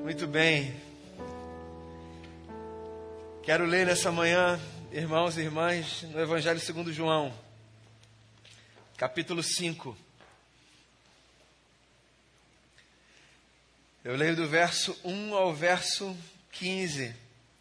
Muito bem. Quero ler nessa manhã, irmãos e irmãs, no Evangelho segundo João, capítulo 5. Eu leio do verso 1 ao verso 15.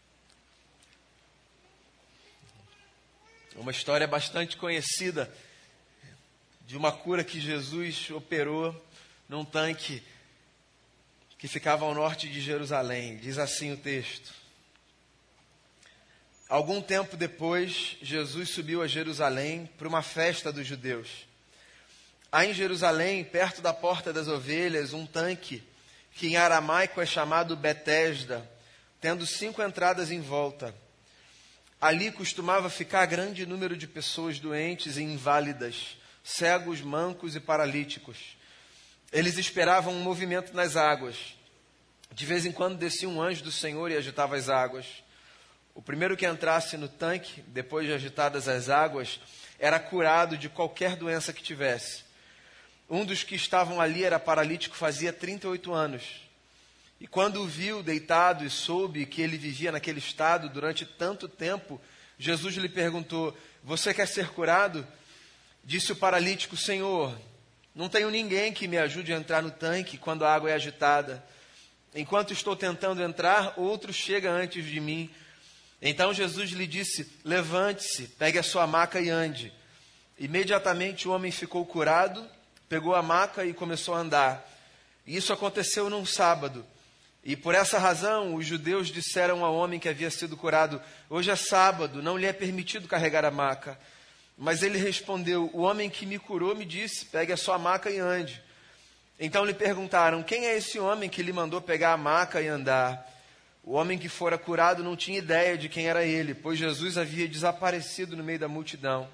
Uma história bastante conhecida de uma cura que Jesus operou num tanque que ficava ao norte de Jerusalém. Diz assim o texto. Algum tempo depois, Jesus subiu a Jerusalém para uma festa dos judeus. Há em Jerusalém, perto da Porta das Ovelhas, um tanque que em aramaico é chamado Betesda, tendo 5 entradas em volta. Ali costumava ficar grande número de pessoas doentes e inválidas, cegos, mancos e paralíticos. Eles esperavam um movimento nas águas. De vez em quando descia um anjo do Senhor e agitava as águas. O primeiro que entrasse no tanque, depois de agitadas as águas, era curado de qualquer doença que tivesse. Um dos que estavam ali era paralítico, fazia 38 anos. E quando o viu deitado e soube que ele vivia naquele estado durante tanto tempo, Jesus lhe perguntou: "Você quer ser curado?" Disse o paralítico: "Senhor, não tenho ninguém que me ajude a entrar no tanque quando a água é agitada. Enquanto estou tentando entrar, outro chega antes de mim." Então Jesus lhe disse: "Levante-se, pegue a sua maca e ande." Imediatamente o homem ficou curado, pegou a maca e começou a andar. Isso aconteceu num sábado. E por essa razão os judeus disseram ao homem que havia sido curado: "Hoje é sábado, não lhe é permitido carregar a maca." Mas ele respondeu: "O homem que me curou me disse: pegue a sua maca e ande." Então lhe perguntaram: "Quem é esse homem que lhe mandou pegar a maca e andar?" O homem que fora curado não tinha ideia de quem era ele, pois Jesus havia desaparecido no meio da multidão.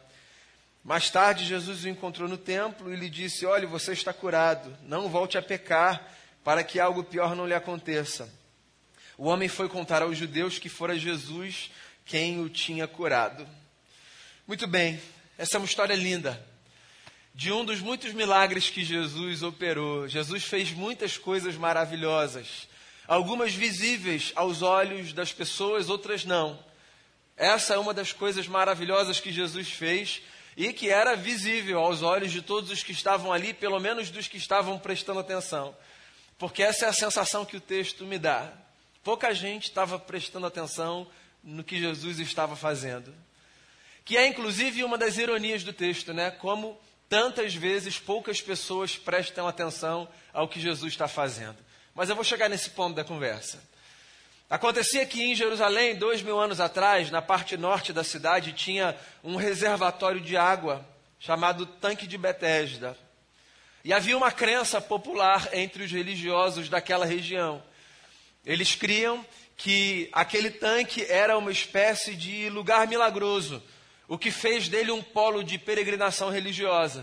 Mais tarde Jesus o encontrou no templo e lhe disse: "Olhe, você está curado, não volte a pecar, para que algo pior não lhe aconteça." O homem foi contar aos judeus que fora Jesus quem o tinha curado. Muito bem, essa é uma história linda, de um dos muitos milagres que Jesus operou. Jesus fez muitas coisas maravilhosas, algumas visíveis aos olhos das pessoas, outras não. Essa é uma das coisas maravilhosas que Jesus fez e que era visível aos olhos de todos os que estavam ali, pelo menos dos que estavam prestando atenção. Porque essa é a sensação que o texto me dá. Pouca gente estava prestando atenção no que Jesus estava fazendo. Que é, inclusive, uma das ironias do texto, né? Como tantas vezes poucas pessoas prestam atenção ao que Jesus está fazendo. Mas eu vou chegar nesse ponto da conversa. Acontecia que em Jerusalém, 2000 anos atrás, na parte norte da cidade, tinha um reservatório de água chamado Tanque de Betesda. E havia uma crença popular entre os religiosos daquela região. Eles criam que aquele tanque era uma espécie de lugar milagroso, o que fez dele um polo de peregrinação religiosa.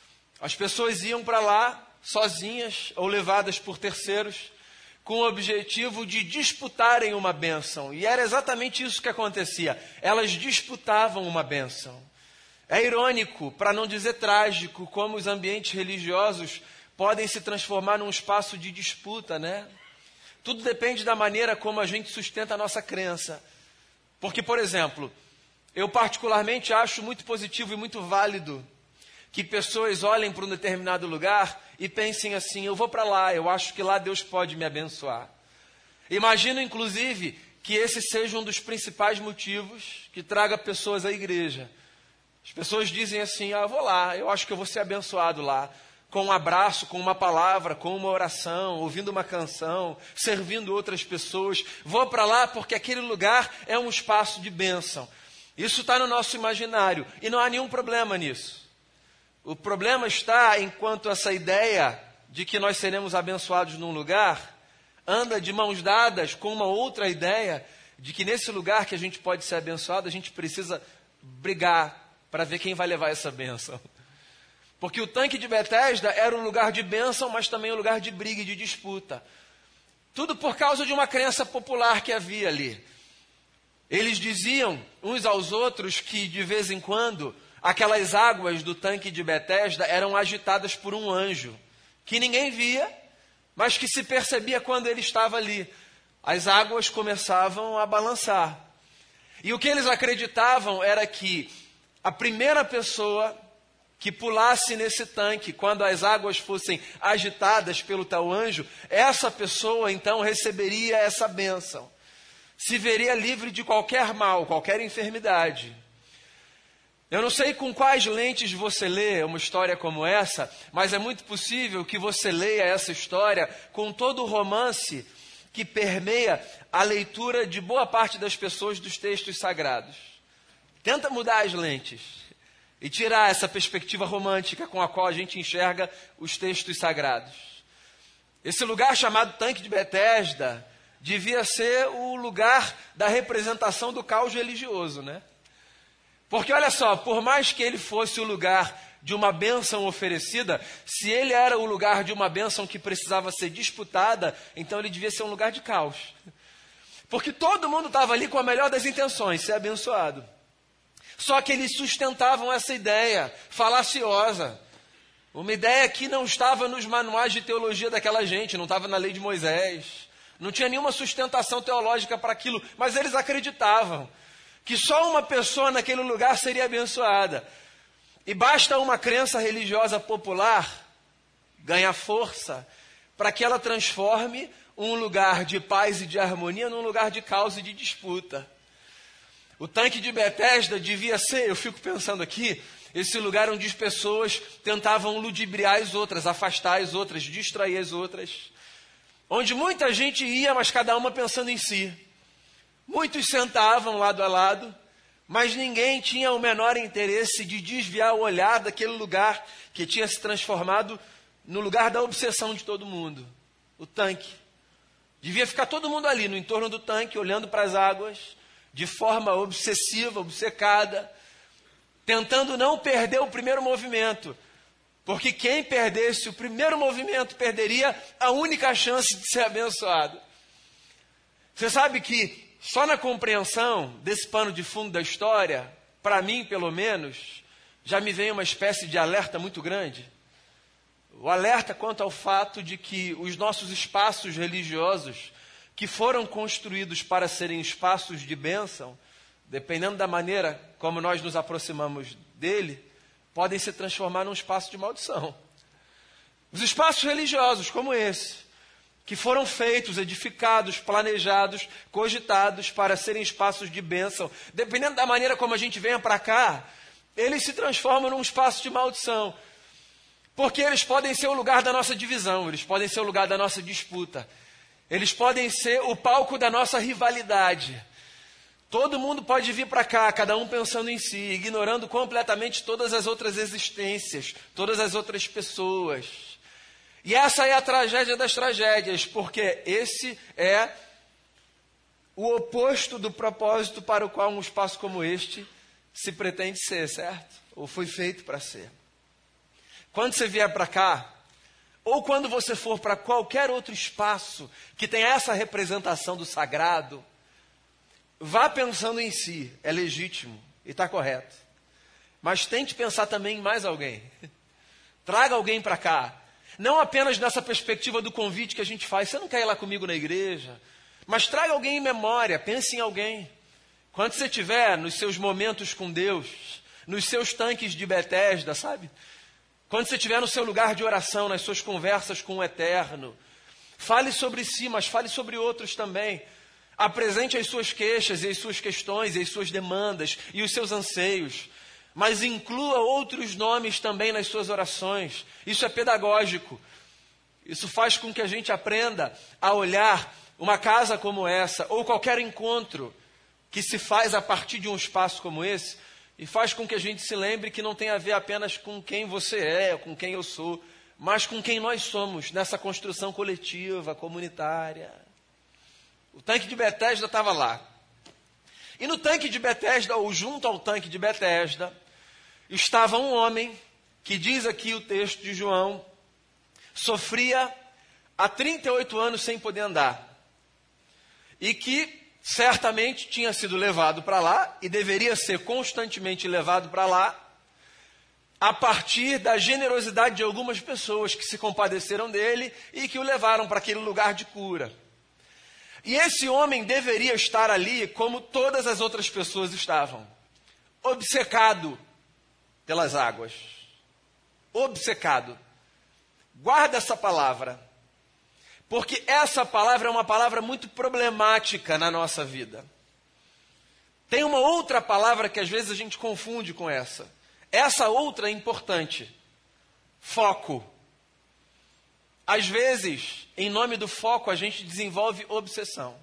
As pessoas iam para lá sozinhas ou levadas por terceiros, com o objetivo de disputarem uma bênção. E era exatamente isso que acontecia. Elas disputavam uma bênção. É irônico, para não dizer trágico, como os ambientes religiosos podem se transformar num espaço de disputa, né? Tudo depende da maneira como a gente sustenta a nossa crença. Porque, por exemplo, eu particularmente acho muito positivo e muito válido que pessoas olhem para um determinado lugar e pensem assim: eu vou para lá, eu acho que lá Deus pode me abençoar. Imagino, inclusive, que esse seja um dos principais motivos que traga pessoas à igreja. As pessoas dizem assim: eu vou lá, eu acho que eu vou ser abençoado lá. Com um abraço, com uma palavra, com uma oração, ouvindo uma canção, servindo outras pessoas. Vou para lá porque aquele lugar é um espaço de bênção. Isso está no nosso imaginário e não há nenhum problema nisso. O problema está enquanto essa ideia de que nós seremos abençoados num lugar anda de mãos dadas com uma outra ideia de que nesse lugar que a gente pode ser abençoado, a gente precisa brigar para ver quem vai levar essa bênção. Porque o tanque de Betesda era um lugar de bênção, mas também um lugar de briga e de disputa. Tudo por causa de uma crença popular que havia ali. Eles diziam uns aos outros que, de vez em quando, aquelas águas do tanque de Betesda eram agitadas por um anjo, que ninguém via, mas que se percebia quando ele estava ali. As águas começavam a balançar. E o que eles acreditavam era que a primeira pessoa que pulasse nesse tanque, quando as águas fossem agitadas pelo tal anjo, essa pessoa então receberia essa bênção. Se veria livre de qualquer mal, qualquer enfermidade. Eu não sei com quais lentes você lê uma história como essa, mas é muito possível que você leia essa história com todo o romance que permeia a leitura de boa parte das pessoas dos textos sagrados. Tenta mudar as lentes e tirar essa perspectiva romântica com a qual a gente enxerga os textos sagrados. Esse lugar chamado Tanque de Betesda devia ser o lugar da representação do caos religioso, né? Porque olha só, por mais que ele fosse o lugar de uma bênção oferecida, se ele era o lugar de uma bênção que precisava ser disputada, então ele devia ser um lugar de caos. Porque todo mundo estava ali com a melhor das intenções, ser abençoado. Só que eles sustentavam essa ideia falaciosa. Uma ideia que não estava nos manuais de teologia daquela gente, não estava na lei de Moisés. Não tinha nenhuma sustentação teológica para aquilo, mas eles acreditavam que só uma pessoa naquele lugar seria abençoada. E basta uma crença religiosa popular ganhar força para que ela transforme um lugar de paz e de harmonia num lugar de caos e de disputa. O tanque de Betesda devia ser, eu fico pensando aqui, esse lugar onde as pessoas tentavam ludibriar as outras, afastar as outras, distrair as outras. Onde muita gente ia, mas cada uma pensando em si. Muitos sentavam lado a lado, mas ninguém tinha o menor interesse de desviar o olhar daquele lugar que tinha se transformado no lugar da obsessão de todo mundo. O tanque. Devia ficar todo mundo ali, no entorno do tanque, olhando para as águas, de forma obsessiva, obcecada, tentando não perder o primeiro movimento. Porque quem perdesse o primeiro movimento perderia a única chance de ser abençoado. Você sabe que só na compreensão desse pano de fundo da história, para mim pelo menos, já me vem uma espécie de alerta muito grande. O alerta quanto ao fato de que os nossos espaços religiosos, que foram construídos para serem espaços de bênção, dependendo da maneira como nós nos aproximamos dele, podem se transformar num espaço de maldição. Os espaços religiosos como esse, que foram feitos, edificados, planejados, cogitados para serem espaços de bênção, dependendo da maneira como a gente venha para cá, eles se transformam num espaço de maldição. Porque eles podem ser o lugar da nossa divisão, eles podem ser o lugar da nossa disputa, eles podem ser o palco da nossa rivalidade. Todo mundo pode vir para cá, cada um pensando em si, ignorando completamente todas as outras existências, todas as outras pessoas. E essa é a tragédia das tragédias, porque esse é o oposto do propósito para o qual um espaço como este se pretende ser, certo? Ou foi feito para ser. Quando você vier para cá, ou quando você for para qualquer outro espaço que tenha essa representação do sagrado, vá pensando em si, é legítimo e está correto. Mas tente pensar também em mais alguém. Traga alguém para cá. Não apenas nessa perspectiva do convite que a gente faz. Você não quer ir lá comigo na igreja? Mas traga alguém em memória, pense em alguém. Quando você estiver nos seus momentos com Deus, nos seus tanques de Betesda, sabe? Quando você estiver no seu lugar de oração, nas suas conversas com o Eterno, fale sobre si, mas fale sobre outros também. Apresente as suas queixas e as suas questões e as suas demandas e os seus anseios, mas inclua outros nomes também nas suas orações. Isso é pedagógico. Isso faz com que a gente aprenda a olhar uma casa como essa, ou qualquer encontro que se faz a partir de um espaço como esse, e faz com que a gente se lembre que não tem a ver apenas com quem você é, com quem eu sou, mas com quem nós somos nessa construção coletiva, comunitária. O tanque de Betesda estava lá. E no tanque de Betesda, ou junto ao tanque de Betesda, estava um homem que, diz aqui o texto de João, sofria há 38 anos sem poder andar. E que certamente tinha sido levado para lá, e deveria ser constantemente levado para lá, a partir da generosidade de algumas pessoas que se compadeceram dele e que o levaram para aquele lugar de cura. E esse homem deveria estar ali como todas as outras pessoas estavam, obcecado pelas águas. Obcecado. Guarda essa palavra, porque essa palavra é uma palavra muito problemática na nossa vida. Tem uma outra palavra que às vezes a gente confunde com essa. Essa outra é importante. Foco. Às vezes, em nome do foco, a gente desenvolve obsessão.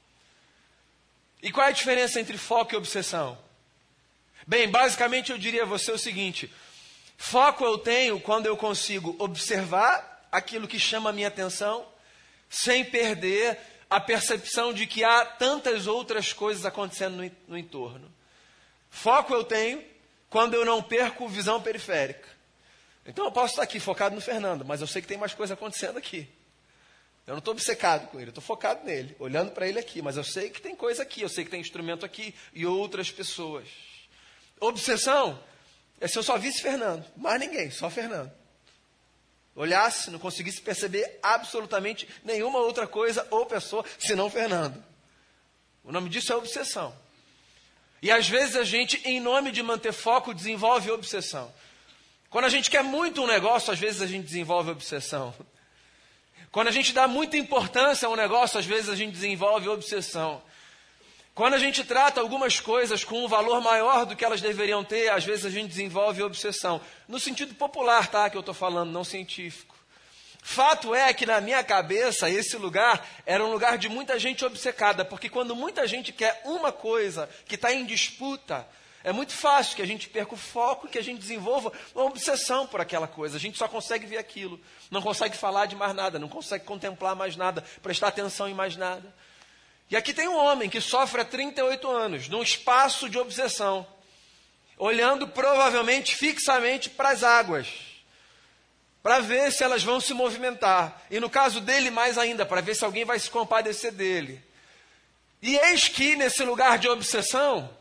E qual é a diferença entre foco e obsessão? Bem, basicamente eu diria a você o seguinte: foco eu tenho quando eu consigo observar aquilo que chama a minha atenção, sem perder a percepção de que há tantas outras coisas acontecendo no entorno. Foco eu tenho quando eu não perco visão periférica. Então eu posso estar aqui focado no Fernando, mas eu sei que tem mais coisa acontecendo aqui. Eu não estou obcecado com ele, eu estou focado nele, olhando para ele aqui, mas eu sei que tem coisa aqui, eu sei que tem instrumento aqui e outras pessoas. Obsessão é se eu só visse Fernando, mais ninguém, só Fernando. Olhasse, não conseguisse perceber absolutamente nenhuma outra coisa ou pessoa, senão Fernando. O nome disso é obsessão. E às vezes a gente, em nome de manter foco, desenvolve obsessão. Quando a gente quer muito um negócio, às vezes a gente desenvolve obsessão. Quando a gente dá muita importância a um negócio, às vezes a gente desenvolve obsessão. Quando a gente trata algumas coisas com um valor maior do que elas deveriam ter, às vezes a gente desenvolve obsessão. No sentido popular, tá, que eu estou falando, não científico. Fato é que na minha cabeça, esse lugar era um lugar de muita gente obcecada, porque quando muita gente quer uma coisa que está em disputa, é muito fácil que a gente perca o foco e que a gente desenvolva uma obsessão por aquela coisa. A gente só consegue ver aquilo, não consegue falar de mais nada, não consegue contemplar mais nada, prestar atenção em mais nada. E aqui tem um homem que sofre há 38 anos, num espaço de obsessão, olhando provavelmente fixamente para as águas, para ver se elas vão se movimentar. E no caso dele, mais ainda, para ver se alguém vai se compadecer dele. E eis que nesse lugar de obsessão,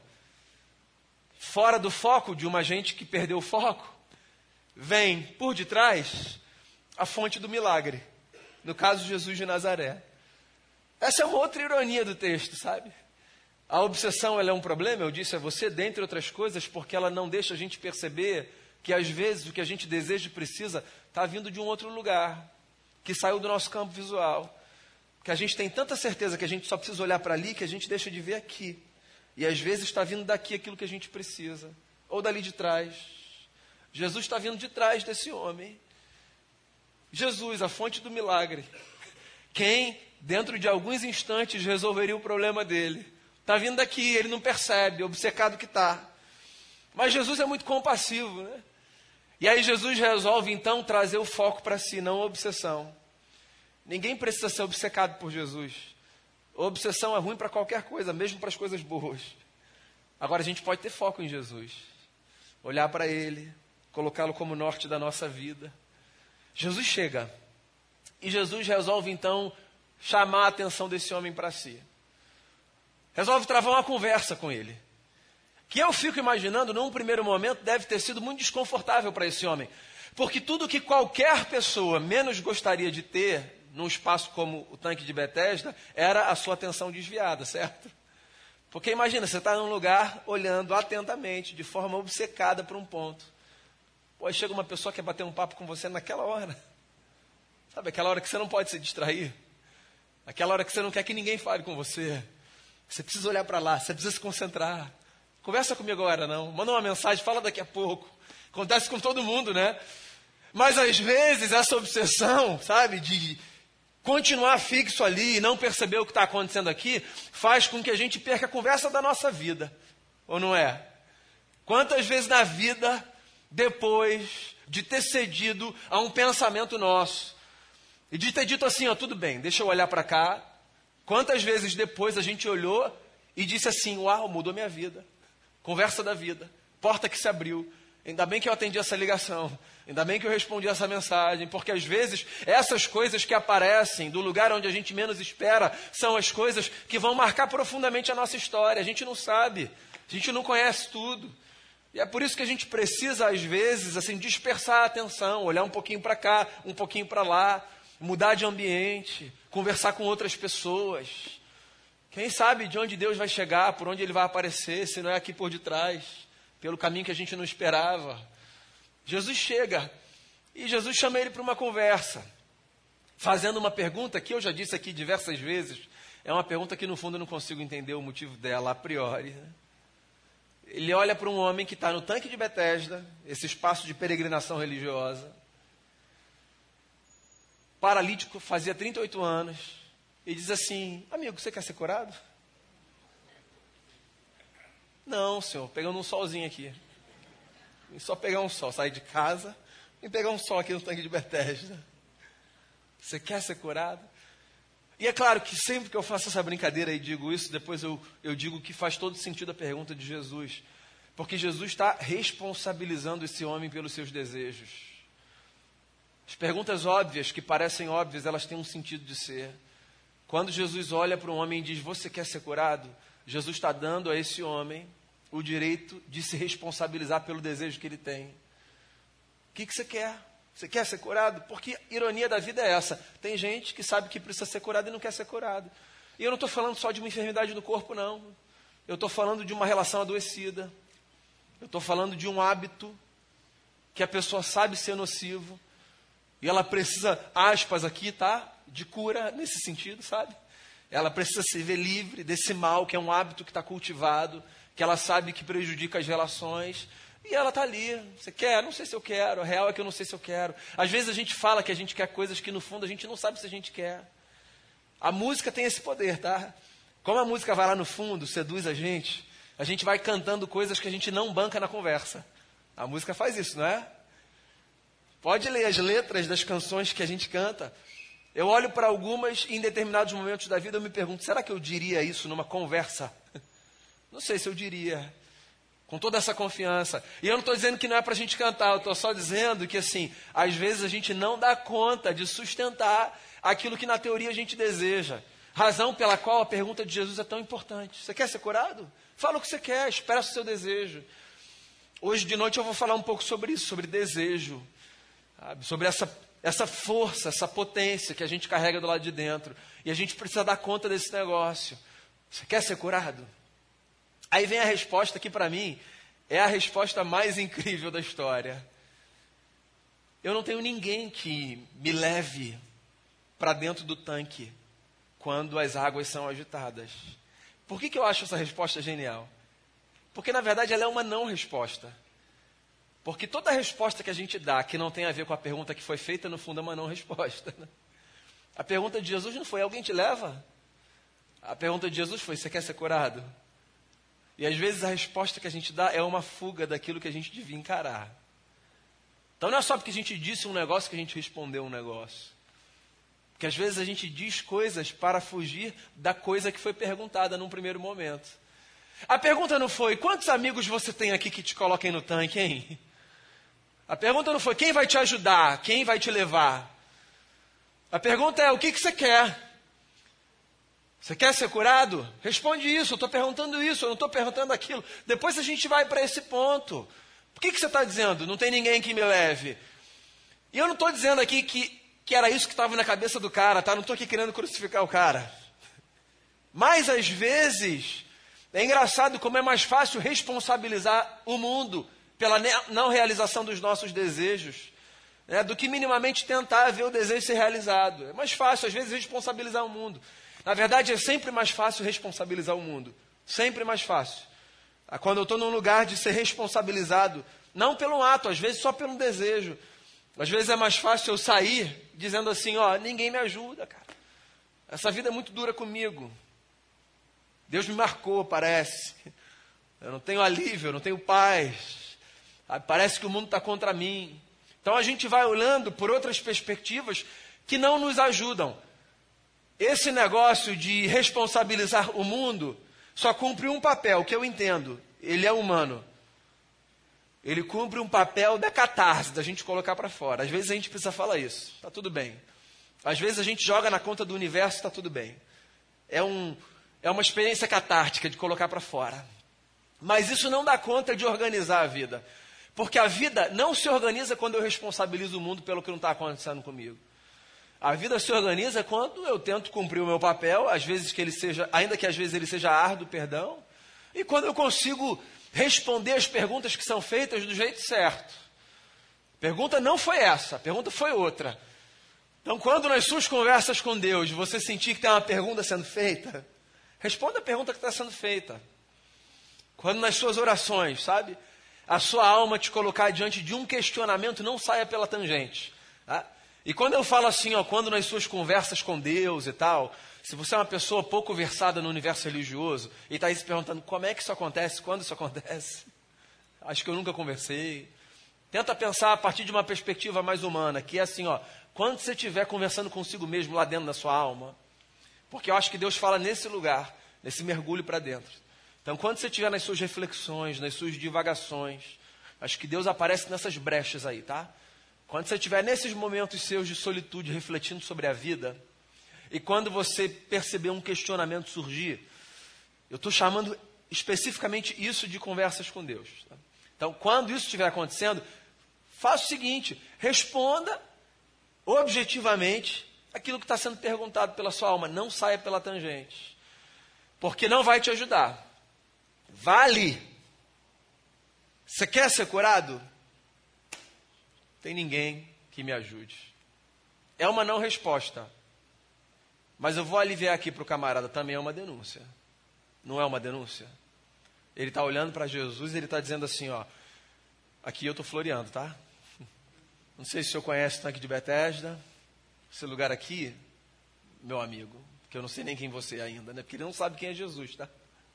fora do foco de uma gente que perdeu o foco, vem por detrás a fonte do milagre. No caso, Jesus de Nazaré. Essa é uma outra ironia do texto, sabe? A obsessão ela é um problema, eu disse a você, dentre outras coisas, porque ela não deixa a gente perceber que às vezes o que a gente deseja e precisa está vindo de um outro lugar, que saiu do nosso campo visual. Que a gente tem tanta certeza que a gente só precisa olhar para ali que a gente deixa de ver aqui. E às vezes está vindo daqui aquilo que a gente precisa, ou dali de trás. Jesus está vindo de trás desse homem. Jesus, a fonte do milagre. Quem, dentro de alguns instantes, resolveria o problema dele. Está vindo daqui, ele não percebe, obcecado que está. Mas Jesus é muito compassivo, né? E aí Jesus resolve, então, trazer o foco para si, não a obsessão. Ninguém precisa ser obcecado por Jesus. A obsessão é ruim para qualquer coisa, mesmo para as coisas boas. Agora, a gente pode ter foco em Jesus. Olhar para Ele, colocá-lo como norte da nossa vida. Jesus chega. E Jesus resolve, então, chamar a atenção desse homem para si. Resolve travar uma conversa com ele. Que eu fico imaginando, num primeiro momento, deve ter sido muito desconfortável para esse homem. Porque tudo que qualquer pessoa menos gostaria de ter, num espaço como o tanque de Betesda, era a sua atenção desviada, certo? Porque imagina, você está num lugar olhando atentamente, de forma obcecada para um ponto. Pô, aí chega uma pessoa que quer bater um papo com você naquela hora. Sabe, aquela hora que você não pode se distrair. Aquela hora que você não quer que ninguém fale com você. Você precisa olhar para lá, você precisa se concentrar. Conversa comigo agora não, manda uma mensagem, fala daqui a pouco. Acontece com todo mundo, né? Mas às vezes essa obsessão, sabe, de continuar fixo ali e não perceber o que está acontecendo aqui, faz com que a gente perca a conversa da nossa vida. Ou não é? Quantas vezes na vida, depois de ter cedido a um pensamento nosso, e de ter dito assim, ó, tudo bem, deixa eu olhar para cá. Quantas vezes depois a gente olhou e disse assim, uau, mudou minha vida. Conversa da vida, porta que se abriu. Ainda bem que eu atendi essa ligação. Ainda bem que eu respondi essa mensagem. Porque às vezes essas coisas que aparecem do lugar onde a gente menos espera são as coisas que vão marcar profundamente a nossa história. A gente não sabe, a gente não conhece tudo. E é por isso que a gente precisa, às vezes, assim, dispersar a atenção, olhar um pouquinho para cá, um pouquinho para lá, mudar de ambiente, conversar com outras pessoas. Quem sabe de onde Deus vai chegar, por onde Ele vai aparecer, se não é aqui por detrás, pelo caminho que a gente não esperava. Jesus chega e Jesus chama ele para uma conversa, fazendo uma pergunta que eu já disse aqui diversas vezes, é uma pergunta que no fundo eu não consigo entender o motivo dela a priori, né? Ele olha para um homem que está no tanque de Betesda, esse espaço de peregrinação religiosa, paralítico, fazia 38 anos, e diz assim: amigo, você quer ser curado? Não, senhor, pegando um solzinho aqui. E só pegar um sol, sair de casa e pegar um sol aqui no tanque de Betesda. Você quer ser curado? E é claro que sempre que eu faço essa brincadeira e digo isso, depois eu digo que faz todo sentido a pergunta de Jesus. Porque Jesus está responsabilizando esse homem pelos seus desejos. As perguntas óbvias, que parecem óbvias, elas têm um sentido de ser. Quando Jesus olha para um homem e diz: você quer ser curado? Jesus está dando a esse homem o direito de se responsabilizar pelo desejo que ele tem. O que você quer? Você quer ser curado? Porque a ironia da vida é essa. Tem gente que sabe que precisa ser curado e não quer ser curado. E eu não estou falando só de uma enfermidade no corpo, não. Eu estou falando de uma relação adoecida. Eu estou falando de um hábito que a pessoa sabe ser nocivo. E ela precisa, aspas aqui, tá? De cura nesse sentido, sabe? Ela precisa se ver livre desse mal, que é um hábito que está cultivado, que ela sabe que prejudica as relações. E ela está ali. Você quer? Não sei se eu quero. A real é que eu não sei se eu quero. Às vezes a gente fala que a gente quer coisas que no fundo a gente não sabe se a gente quer. A música tem esse poder, tá? Como a música vai lá no fundo, seduz a gente vai cantando coisas que a gente não banca na conversa. A música faz isso, não é? Pode ler as letras das canções que a gente canta. Eu olho para algumas e em determinados momentos da vida eu me pergunto: será que eu diria isso numa conversa? Não sei se eu diria. Com toda essa confiança. E eu não estou dizendo que não é para a gente cantar, eu estou só dizendo que, assim, às vezes a gente não dá conta de sustentar aquilo que na teoria a gente deseja. Razão pela qual a pergunta de Jesus é tão importante. Você quer ser curado? Fala o que você quer, expressa o seu desejo. Hoje de noite eu vou falar um pouco sobre isso, sobre desejo. Sabe? Sobre essa força, essa potência que a gente carrega do lado de dentro. E a gente precisa dar conta desse negócio. Você quer ser curado? Aí vem a resposta que, para mim, é a resposta mais incrível da história. Eu não tenho ninguém que me leve para dentro do tanque quando as águas são agitadas. Por que eu acho essa resposta genial? Porque, na verdade, ela é uma não resposta. Porque toda resposta que a gente dá que não tem a ver com a pergunta que foi feita, no fundo, é uma não resposta. Né? A pergunta de Jesus não foi: alguém te leva? A pergunta de Jesus foi: você quer ser curado? E às vezes a resposta que a gente dá é uma fuga daquilo que a gente devia encarar. Então não é só porque a gente disse um negócio que a gente respondeu um negócio. Porque às vezes a gente diz coisas para fugir da coisa que foi perguntada num primeiro momento. A pergunta não foi: quantos amigos você tem aqui que te coloquem no tanque, hein? A pergunta não foi: quem vai te ajudar, quem vai te levar? A pergunta é: o que você quer? Você quer ser curado? Responde isso. Eu estou perguntando isso, eu não estou perguntando aquilo. Depois a gente vai para esse ponto. Por que você está dizendo? Não tem ninguém que me leve. E eu não estou dizendo aqui que era isso que estava na cabeça do cara, tá? Não estou aqui querendo crucificar o cara. Mas às vezes é engraçado como é mais fácil responsabilizar o mundo pela não realização dos nossos desejos, né, do que minimamente tentar ver o desejo ser realizado. É mais fácil, às vezes, responsabilizar o mundo. Na verdade, é sempre mais fácil responsabilizar o mundo. Sempre mais fácil. Quando eu estou num lugar de ser responsabilizado, não pelo ato, às vezes só pelo desejo. Às vezes é mais fácil eu sair dizendo assim: ninguém me ajuda, cara. Essa vida é muito dura comigo. Deus me marcou, parece. Eu não tenho alívio, eu não tenho paz. Parece que o mundo está contra mim. Então a gente vai olhando por outras perspectivas que não nos ajudam. Esse negócio de responsabilizar o mundo só cumpre um papel, que eu entendo. Ele é humano. Ele cumpre um papel da catarse, da gente colocar para fora. Às vezes a gente precisa falar isso, está tudo bem. Às vezes a gente joga na conta do universo, está tudo bem. É uma experiência catártica de colocar para fora. Mas isso não dá conta de organizar a vida. Porque a vida não se organiza quando eu responsabilizo o mundo pelo que não está acontecendo comigo. A vida se organiza quando eu tento cumprir o meu papel, às vezes que ele seja, ainda que às vezes ele seja árduo, perdão, e quando eu consigo responder as perguntas que são feitas do jeito certo. A pergunta não foi essa, a pergunta foi outra. Então, quando nas suas conversas com Deus você sentir que tem uma pergunta sendo feita, responda a pergunta que está sendo feita. Quando nas suas orações, sabe, a sua alma te colocar diante de um questionamento, não saia pela tangente. Tá? E quando eu falo assim, ó, quando nas suas conversas com Deus e tal, se você é uma pessoa pouco versada no universo religioso e está aí se perguntando como é que isso acontece, quando isso acontece, acho que eu nunca conversei. Tenta pensar a partir de uma perspectiva mais humana, que é assim, ó, quando você estiver conversando consigo mesmo lá dentro da sua alma, porque eu acho que Deus fala nesse lugar, nesse mergulho para dentro. Então, quando você estiver nas suas reflexões, nas suas divagações, acho que Deus aparece nessas brechas aí, tá? Quando você estiver nesses momentos seus de solitude, refletindo sobre a vida, e quando você perceber um questionamento surgir, eu estou chamando especificamente isso de conversas com Deus. Tá? Então, quando isso estiver acontecendo, faça o seguinte, responda objetivamente aquilo que está sendo perguntado pela sua alma, não saia pela tangente, porque não vai te ajudar. Vá ali. Você quer ser curado? Tem ninguém que me ajude. É uma não resposta. Mas eu vou aliviar aqui para o camarada, também é uma denúncia. Não é uma denúncia? Ele está olhando para Jesus e ele está dizendo assim, ó, aqui eu estou floreando, tá? Não sei se o senhor conhece o tanque de Betesda. Esse lugar aqui, meu amigo, que eu não sei nem quem você é ainda, né? Porque ele não sabe quem é Jesus, tá?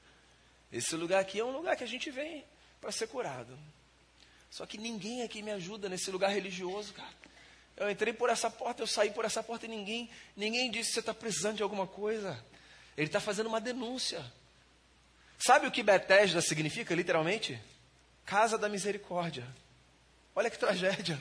Esse lugar aqui é um lugar que a gente vem para ser curado. Só que ninguém aqui me ajuda nesse lugar religioso, cara. Eu entrei por essa porta, eu saí por essa porta e ninguém disse que você está precisando de alguma coisa. Ele está fazendo uma denúncia. Sabe o que Betesda significa, literalmente? Casa da misericórdia. Olha que tragédia.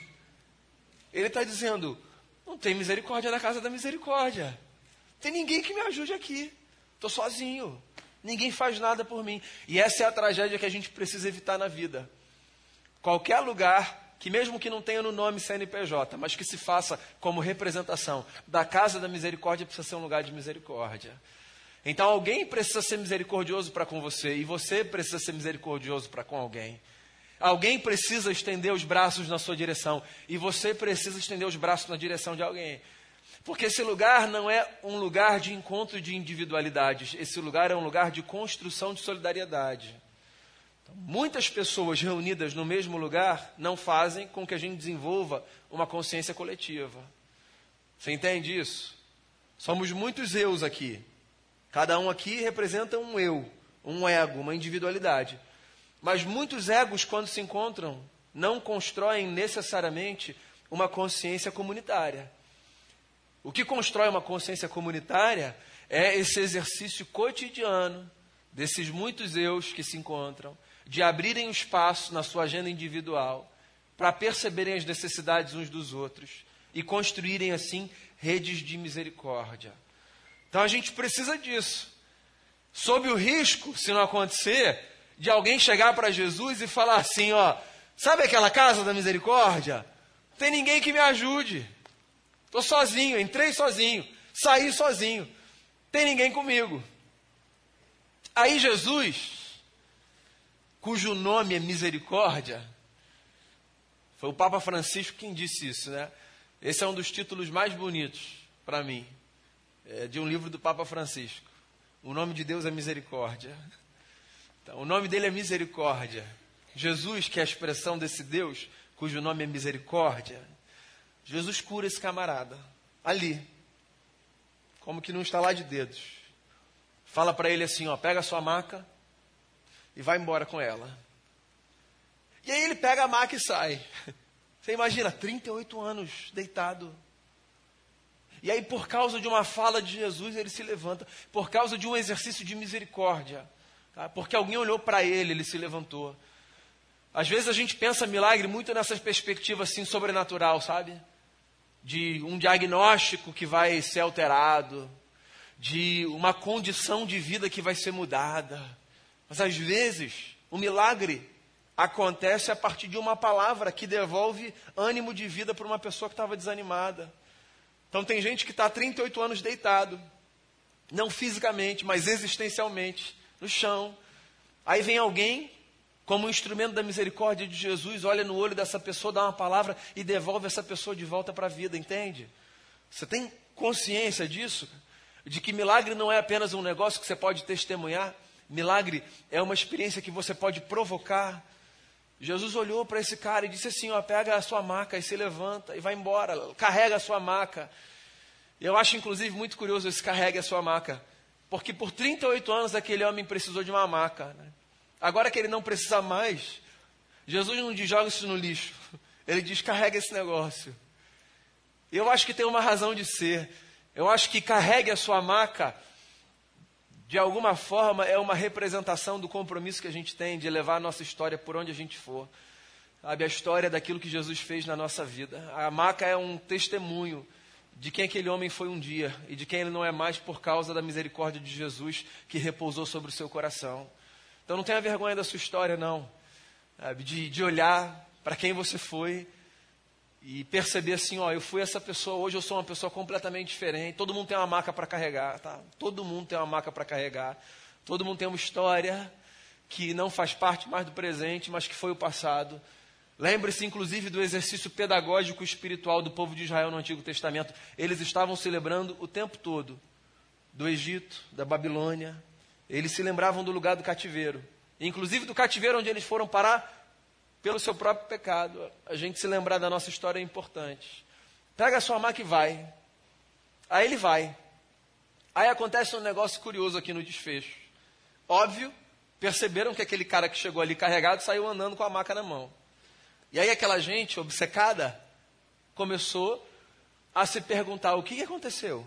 Ele está dizendo, não tem misericórdia na casa da misericórdia. Tem ninguém que me ajude aqui. Estou sozinho. Ninguém faz nada por mim. E essa é a tragédia que a gente precisa evitar na vida. Qualquer lugar que mesmo que não tenha no nome CNPJ, mas que se faça como representação da casa da misericórdia, precisa ser um lugar de misericórdia. Então alguém precisa ser misericordioso para com você, e você precisa ser misericordioso para com alguém. Alguém precisa estender os braços na sua direção, e você precisa estender os braços na direção de alguém. Porque esse lugar não é um lugar de encontro de individualidades, esse lugar é um lugar de construção de solidariedade. Então, muitas pessoas reunidas no mesmo lugar não fazem com que a gente desenvolva uma consciência coletiva. Você entende isso? Somos muitos eus aqui. Cada um aqui representa um eu, um ego, uma individualidade. Mas muitos egos, quando se encontram, não constroem necessariamente uma consciência comunitária. O que constrói uma consciência comunitária é esse exercício cotidiano desses muitos eus que se encontram, de abrirem um espaço na sua agenda individual para perceberem as necessidades uns dos outros e construírem assim redes de misericórdia. Então a gente precisa disso, sob o risco, se não acontecer, de alguém chegar para Jesus e falar assim, ó, sabe aquela casa da misericórdia? Não tem ninguém que me ajude. Estou sozinho, entrei sozinho, saí sozinho, tem ninguém comigo. Aí Jesus, cujo nome é misericórdia, foi o Papa Francisco quem disse isso, né? Esse é um dos títulos mais bonitos para mim, de um livro do Papa Francisco. O nome de Deus é misericórdia. Então, o nome dele é misericórdia. Jesus, que é a expressão desse Deus, cujo nome é misericórdia, Jesus cura esse camarada, ali, como que num estalar de dedos. Fala para ele assim, ó, pega a sua maca e vai embora com ela. E aí ele pega a maca e sai. Você imagina, 38 anos deitado. E aí por causa de uma fala de Jesus ele se levanta, por causa de um exercício de misericórdia, tá? Porque alguém olhou para ele se levantou. Às vezes a gente pensa milagre muito nessa perspectiva assim sobrenatural, sabe? De um diagnóstico que vai ser alterado, de uma condição de vida que vai ser mudada. Mas às vezes O milagre acontece a partir de uma palavra que devolve ânimo de vida para uma pessoa que estava desanimada. Então tem gente que está há 38 anos deitado, não fisicamente, mas existencialmente, no chão. Aí vem alguém, como um instrumento da misericórdia de Jesus, olha no olho dessa pessoa, dá uma palavra e devolve essa pessoa de volta para a vida, entende? Você tem consciência disso? De que milagre não é apenas um negócio que você pode testemunhar, milagre é uma experiência que você pode provocar. Jesus olhou para esse cara e disse assim, ó, pega a sua maca e se levanta e vai embora, carrega a sua maca. Eu acho inclusive muito curioso esse carregue a sua maca, porque por 38 anos aquele homem precisou de uma maca, né? Agora que ele não precisa mais, Jesus não diz joga isso no lixo, ele diz carrega esse negócio. Eu acho que tem uma razão de ser. Eu acho que carregue a sua maca, de alguma forma, é uma representação do compromisso que a gente tem de levar a nossa história por onde a gente for. Sabe, a história daquilo que Jesus fez na nossa vida. A maca é um testemunho de quem aquele homem foi um dia e de quem ele não é mais por causa da misericórdia de Jesus que repousou sobre o seu coração. Então não tenha vergonha da sua história, não. Sabe, de olhar para quem você foi e perceber assim, ó, eu fui essa pessoa, hoje eu sou uma pessoa completamente diferente. Todo mundo tem uma maca para carregar, tá? Todo mundo tem uma maca para carregar. Todo mundo tem uma história que não faz parte mais do presente, mas que foi o passado. Lembre-se, inclusive, do exercício pedagógico espiritual do povo de Israel no Antigo Testamento. Eles estavam se lembrando o tempo todo do Egito, da Babilônia. Eles se lembravam do lugar do cativeiro. Inclusive do cativeiro onde eles foram parar pelo seu próprio pecado. A gente se lembrar da nossa história é importante. Pega a sua maca e vai. Aí ele vai. Aí acontece um negócio curioso aqui no desfecho. Óbvio, perceberam que aquele cara que chegou ali carregado saiu andando com a maca na mão. E aí aquela gente obcecada começou a se perguntar o que aconteceu.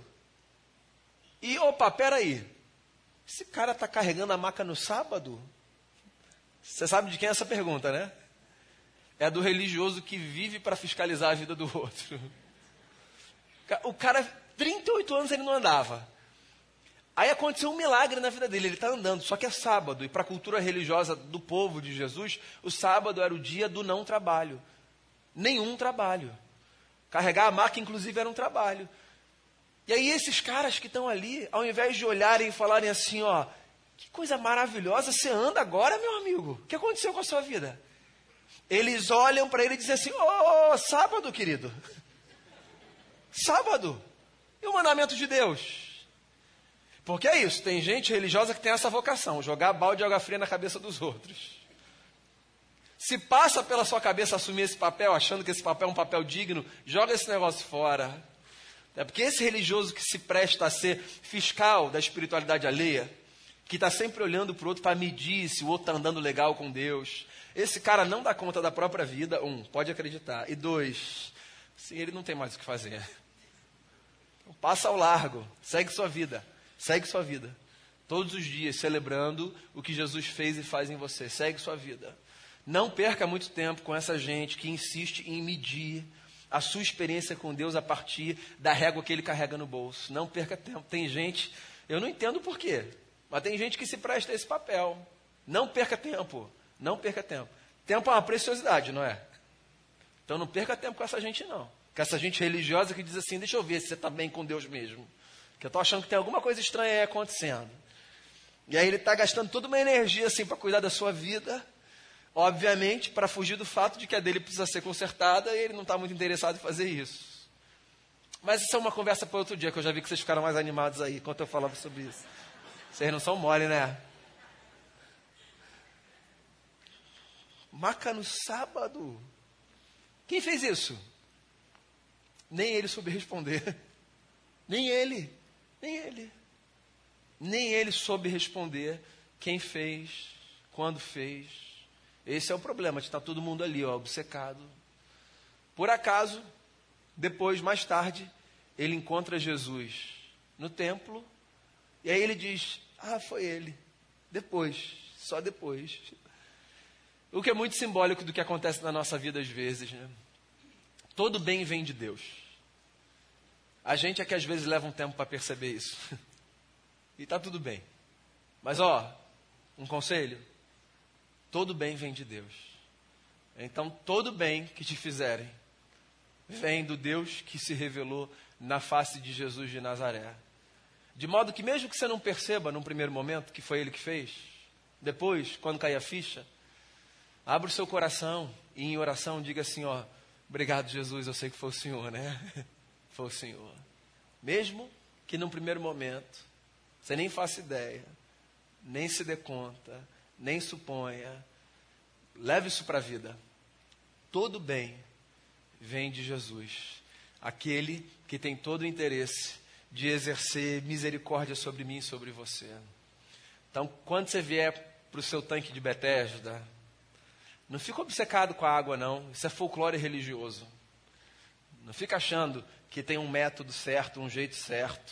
E opa, peraí, esse cara está carregando a maca no sábado? Você sabe de quem é essa pergunta, né? É do religioso que vive para fiscalizar a vida do outro. O cara, 38 anos ele não andava. Aí aconteceu um milagre na vida dele, ele está andando, só que é sábado. E para a cultura religiosa do povo de Jesus, o sábado era o dia do não trabalho. Nenhum trabalho. Carregar a maca, inclusive, era um trabalho. E aí esses caras que estão ali, ao invés de olharem e falarem assim, ó, que coisa maravilhosa, você anda agora, meu amigo? O que aconteceu com a sua vida? Eles olham para ele e dizem assim, sábado, querido. Sábado. E o mandamento de Deus? Porque é isso, tem gente religiosa que tem essa vocação, jogar balde de água fria na cabeça dos outros. Se passa pela sua cabeça assumir esse papel, achando que esse papel é um papel digno, joga esse negócio fora. É porque esse religioso que se presta a ser fiscal da espiritualidade alheia, que está sempre olhando para o outro para medir se o outro está andando legal com Deus, esse cara não dá conta da própria vida, pode acreditar, e 2, sim, ele não tem mais o que fazer. Então, passa ao largo, segue sua vida. Segue sua vida. Todos os dias celebrando o que Jesus fez e faz em você. Segue sua vida. Não perca muito tempo com essa gente que insiste em medir a sua experiência com Deus a partir da régua que ele carrega no bolso. Não perca tempo. Tem gente, eu não entendo por quê, mas tem gente que se presta a esse papel. Não perca tempo. Não perca tempo. Tempo é uma preciosidade, não é? Então não perca tempo com essa gente, não. Com essa gente religiosa que diz assim, deixa eu ver se você está bem com Deus mesmo. Que eu estou achando que tem alguma coisa estranha aí acontecendo. E aí ele está gastando toda uma energia assim para cuidar da sua vida, obviamente, para fugir do fato de que a dele precisa ser consertada e ele não está muito interessado em fazer isso. Mas isso é uma conversa para outro dia, que eu já vi que vocês ficaram mais animados aí enquanto eu falava sobre isso. Vocês não são mole, né? Maca no sábado. Quem fez isso? Nem ele soube responder. Nem ele. Nem ele. Nem ele soube responder quem fez, quando fez. Esse é o problema, de estar todo mundo ali, ó, obcecado. Por acaso, depois, mais tarde, ele encontra Jesus no templo, e aí ele diz, foi ele. Depois, só depois. O que é muito simbólico do que acontece na nossa vida às vezes, né? Todo bem vem de Deus. A gente é que às vezes leva um tempo para perceber isso. E está tudo bem. Mas um conselho. todo bem vem de Deus. Então, todo bem que te fizerem vem do Deus que se revelou na face de Jesus de Nazaré. De modo que mesmo que você não perceba num primeiro momento que foi Ele que fez, depois, quando cair a ficha, abra o seu coração e em oração diga assim, ó, obrigado Jesus, eu sei que foi o Senhor, né? Foi o Senhor. Mesmo que num primeiro momento, você nem faça ideia, nem se dê conta, nem suponha, leve isso para a vida. Todo bem vem de Jesus, aquele que tem todo o interesse de exercer misericórdia sobre mim e sobre você. Então, quando você vier para o seu tanque de Betesda, não fica obcecado com a água, não. Isso é folclore religioso. Não fica achando que tem um método certo, um jeito certo.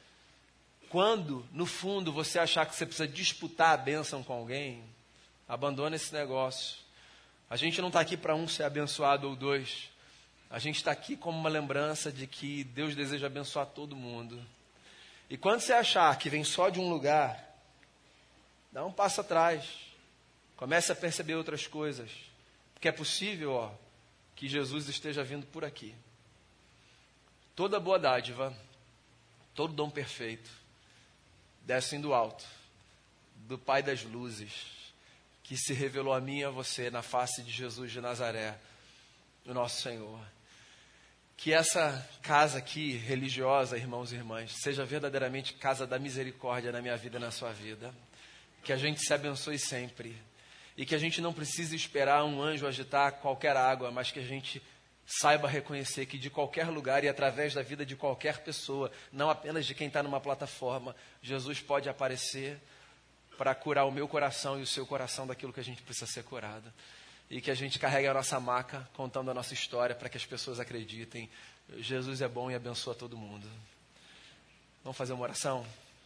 Quando, no fundo, você achar que você precisa disputar a bênção com alguém, abandona esse negócio. A gente não está aqui para um ser abençoado ou dois. A gente está aqui como uma lembrança de que Deus deseja abençoar todo mundo. E quando você achar que vem só de um lugar, dá um passo atrás. Comece a perceber outras coisas. Porque é possível, ó, que Jesus esteja vindo por aqui. Toda boa dádiva, todo dom perfeito, descem do alto, do Pai das luzes, que se revelou a mim e a você na face de Jesus de Nazaré, o nosso Senhor. Que essa casa aqui, religiosa, irmãos e irmãs, seja verdadeiramente casa da misericórdia na minha vida e na sua vida. Que a gente se abençoe sempre. E que a gente não precise esperar um anjo agitar qualquer água, mas que a gente saiba reconhecer que de qualquer lugar e através da vida de qualquer pessoa, não apenas de quem está numa plataforma, Jesus pode aparecer para curar o meu coração e o seu coração daquilo que a gente precisa ser curado. E que a gente carregue a nossa maca contando a nossa história para que as pessoas acreditem. Jesus é bom e abençoa todo mundo. Vamos fazer uma oração?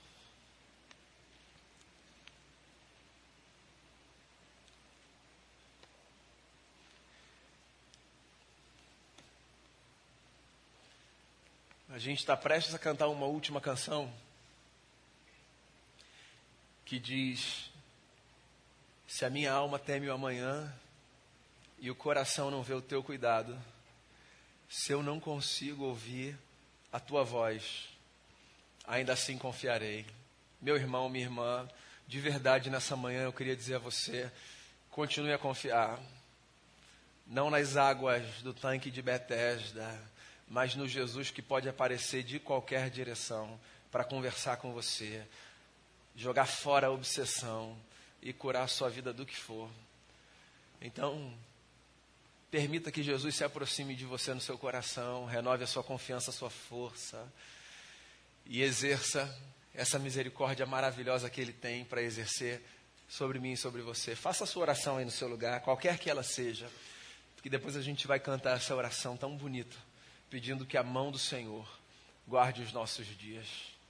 A gente está prestes a cantar uma última canção que diz: se a minha alma teme o amanhã e o coração não vê o teu cuidado, se eu não consigo ouvir a tua voz, ainda assim confiarei. Meu irmão, minha irmã, de verdade nessa manhã eu queria dizer a você, continue a confiar, não nas águas do tanque de Betesda, mas no Jesus que pode aparecer de qualquer direção para conversar com você, jogar fora a obsessão e curar a sua vida do que for. Então, permita que Jesus se aproxime de você no seu coração, renove a sua confiança, a sua força e exerça essa misericórdia maravilhosa que Ele tem para exercer sobre mim e sobre você. Faça a sua oração aí no seu lugar, qualquer que ela seja, porque depois a gente vai cantar essa oração tão bonita, pedindo que a mão do Senhor guarde os nossos dias.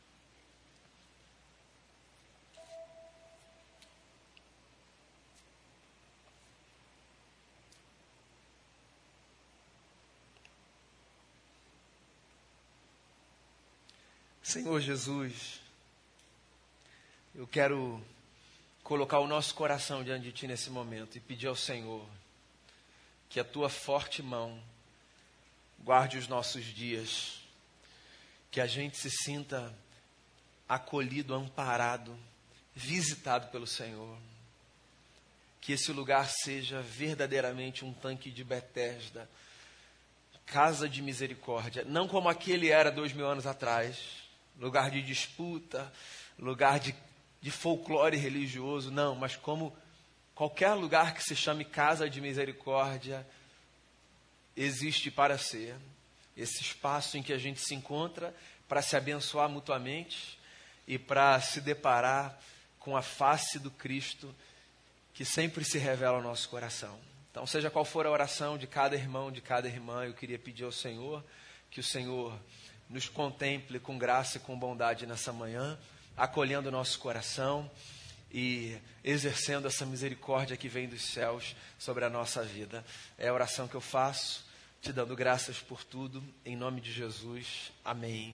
Senhor Jesus, eu quero colocar o nosso coração diante de Ti nesse momento e pedir ao Senhor que a Tua forte mão guarde os nossos dias, que a gente se sinta acolhido, amparado, visitado pelo Senhor. Que esse lugar seja verdadeiramente um tanque de Betesda, casa de misericórdia, não como aquele era 2000 anos atrás, lugar de disputa, lugar de folclore religioso, não, mas como qualquer lugar que se chame casa de misericórdia, existe para ser esse espaço em que a gente se encontra para se abençoar mutuamente e para se deparar com a face do Cristo que sempre se revela ao nosso coração. Então, seja qual for a oração de cada irmão, de cada irmã, eu queria pedir ao Senhor que o Senhor nos contemple com graça e com bondade nessa manhã, acolhendo o nosso coração e exercendo essa misericórdia que vem dos céus sobre a nossa vida. É a oração que eu faço, te dando graças por tudo, em nome de Jesus. Amém.